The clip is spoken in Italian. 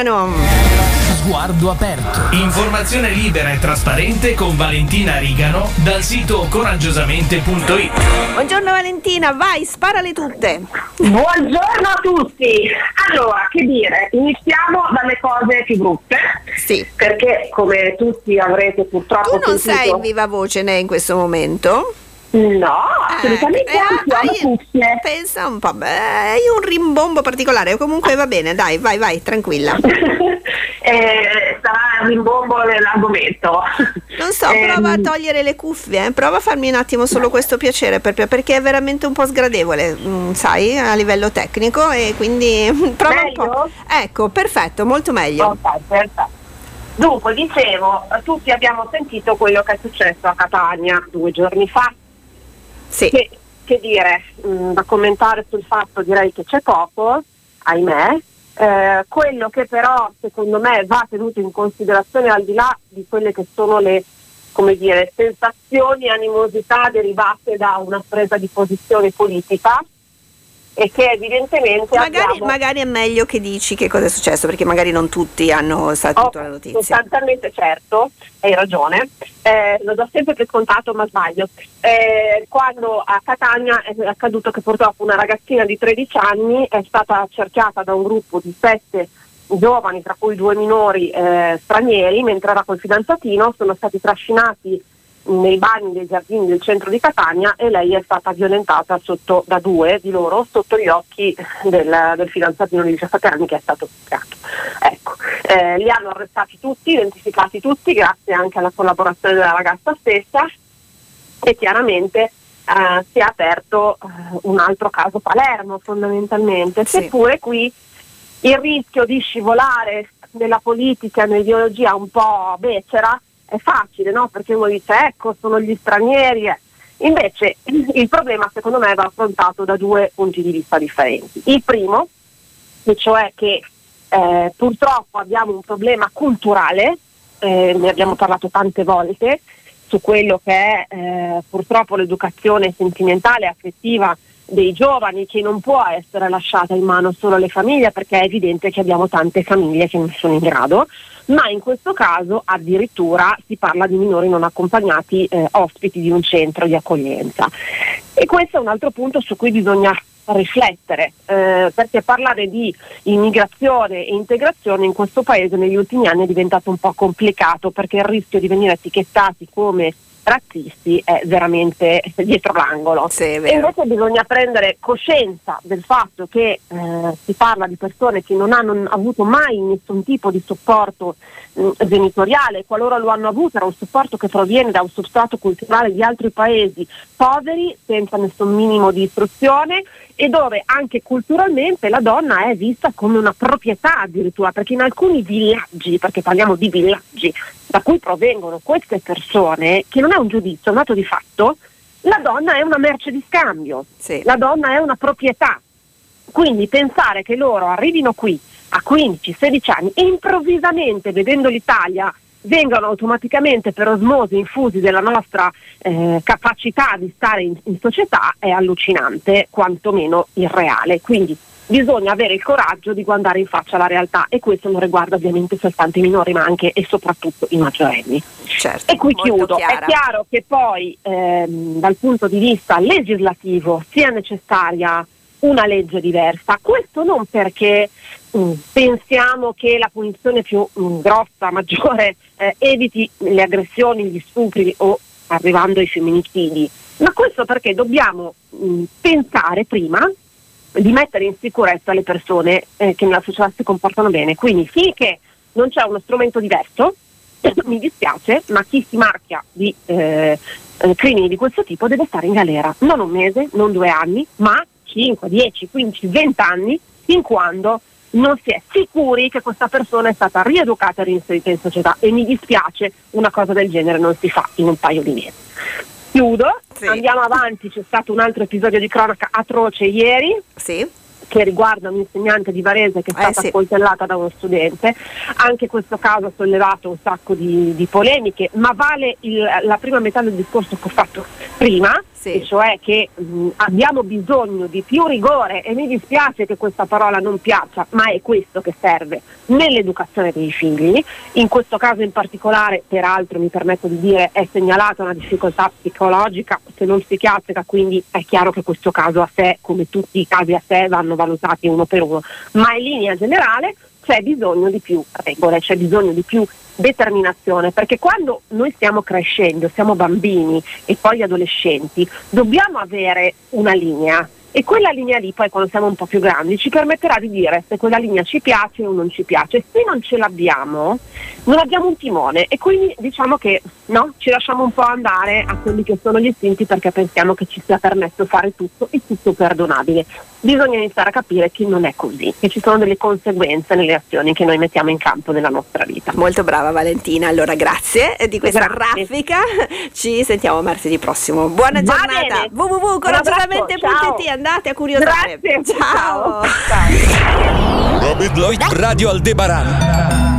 Rigano. Sguardo aperto. Informazione libera e trasparente con Valentina Rigano dal sito coraggiosamente.it. Buongiorno Valentina, vai, sparale tutte. Buongiorno a tutti. Allora, che dire, iniziamo dalle cose più brutte. Sì. Perché come tutti avrete purtroppo Tu non sentito... sei in viva voce né in questo momento? No, assolutamente anzi, ho le cuffie. Pensa un po', hai un rimbombo particolare, comunque va bene, dai, vai, tranquilla. Sarà il rimbombo dell'argomento. Non so, prova a togliere le cuffie, prova a farmi un attimo solo questo piacere, perché è veramente un po' sgradevole, sai, a livello tecnico, e quindi prova meglio? un po'. Ecco, perfetto, molto meglio. Ok, perfetto. Dunque, dicevo, tutti abbiamo sentito quello che è successo a Catania 2 giorni fa. Sì. Che dire, da commentare sul fatto direi che c'è poco, ahimè. Quello che però secondo me va tenuto in considerazione, al di là di quelle che sono le, come dire, sensazioni e animosità derivate da una presa di posizione politica, e che evidentemente magari è meglio che dici che cosa è successo, perché magari non tutti hanno saputo la notizia. Sostanzialmente, certo, hai ragione, lo do sempre per scontato ma sbaglio. Quando a Catania è accaduto che purtroppo una ragazzina di 13 anni è stata cerchiata da un gruppo di 7 giovani, tra cui 2 minori stranieri, mentre era col fidanzatino, sono stati trascinati nei bagni dei giardini del centro di Catania e lei è stata violentata da 2 di loro sotto gli occhi del fidanzatino di 17 anni, che è stato picchiato. Ecco, li hanno arrestati tutti, identificati tutti, grazie anche alla collaborazione della ragazza stessa, e chiaramente si è aperto un altro caso Palermo, fondamentalmente, sì. Seppure qui il rischio di scivolare nella politica, nell'ideologia un po' becera è facile, no? Perché uno dice ecco, sono gli stranieri. Invece il problema secondo me va affrontato da 2 punti di vista differenti. Il primo, e cioè che purtroppo abbiamo un problema culturale, ne abbiamo parlato tante volte, su quello che è purtroppo l'educazione sentimentale e affettiva dei giovani, che non può essere lasciata in mano solo alle famiglie, perché è evidente che abbiamo tante famiglie che non sono in grado, ma in questo caso addirittura si parla di minori non accompagnati, ospiti di un centro di accoglienza. E questo è un altro punto su cui bisogna riflettere, perché parlare di immigrazione e integrazione in questo paese negli ultimi anni è diventato un po' complicato, perché il rischio di venire etichettati come razzisti è veramente dietro l'angolo. Sì, è vero. E invece bisogna prendere coscienza del fatto che si parla di persone che non hanno avuto mai nessun tipo di supporto genitoriale, qualora lo hanno avuto era un supporto che proviene da un substrato culturale di altri paesi poveri, senza nessun minimo di istruzione, e dove anche culturalmente la donna è vista come una proprietà addirittura, perché in alcuni villaggi, perché parliamo di villaggi da cui provengono queste persone, che non è un giudizio, è un dato di fatto, la donna è una merce di scambio, sì. La donna è una proprietà. Quindi pensare che loro arrivino qui a 15-16 anni e improvvisamente, vedendo l'Italia, vengano automaticamente per osmosi infusi della nostra capacità di stare in società è allucinante, quantomeno irreale. Quindi bisogna avere il coraggio di guardare in faccia la realtà, e questo non riguarda ovviamente soltanto i minori, ma anche e soprattutto i maggiorenni. Certo, e qui chiudo. chiara. È chiaro che poi dal punto di vista legislativo sia necessaria una legge diversa. Questo non perché pensiamo che la punizione più grossa, maggiore, eviti le aggressioni, gli stupri o arrivando ai femminicidi, ma questo perché dobbiamo pensare prima di mettere in sicurezza le persone che nella società si comportano bene. Quindi finché non c'è uno strumento diverso, mi dispiace, ma chi si marchia di crimini di questo tipo deve stare in galera, non un mese, non 2 anni, ma 5, 10, 15, 20 anni, fin quando non si è sicuri che questa persona è stata rieducata e reinserita in società. E mi dispiace, una cosa del genere non si fa in un paio di mesi. Chiudo, sì. Andiamo avanti. C'è stato un altro episodio di cronaca atroce ieri, Sì. che riguarda un'insegnante di Varese che è stata sì. accoltellata da uno studente. Anche questo caso ha sollevato un sacco di polemiche, ma vale la prima metà del discorso che ho fatto prima, e cioè che abbiamo bisogno di più rigore, e mi dispiace che questa parola non piaccia, ma è questo che serve nell'educazione dei figli. In questo caso in particolare, peraltro mi permetto di dire, è segnalata una difficoltà psicologica se non psichiatrica, quindi è chiaro che questo caso a sé, come tutti i casi a sé, vanno valutati uno per uno, ma in linea generale c'è bisogno di più regole, c'è bisogno di più determinazione, perché quando noi stiamo crescendo, siamo bambini e poi adolescenti, dobbiamo avere una linea, e quella linea lì poi quando siamo un po' più grandi ci permetterà di dire se quella linea ci piace o non ci piace. Se non ce l'abbiamo, non abbiamo un timone, e quindi diciamo che no, ci lasciamo un po' andare a quelli che sono gli istinti, perché pensiamo che ci sia permesso fare tutto e tutto perdonabile. Bisogna iniziare a capire che non è così, che ci sono delle conseguenze nelle azioni che noi mettiamo in campo nella nostra vita. Molto brava Valentina, allora grazie di questa raffica, ci sentiamo martedì prossimo. Buona giornata. www.coraggiosamente.it, andate a curiosare. Grazie. Ciao. Robert Lloyd, Radio Aldebaran.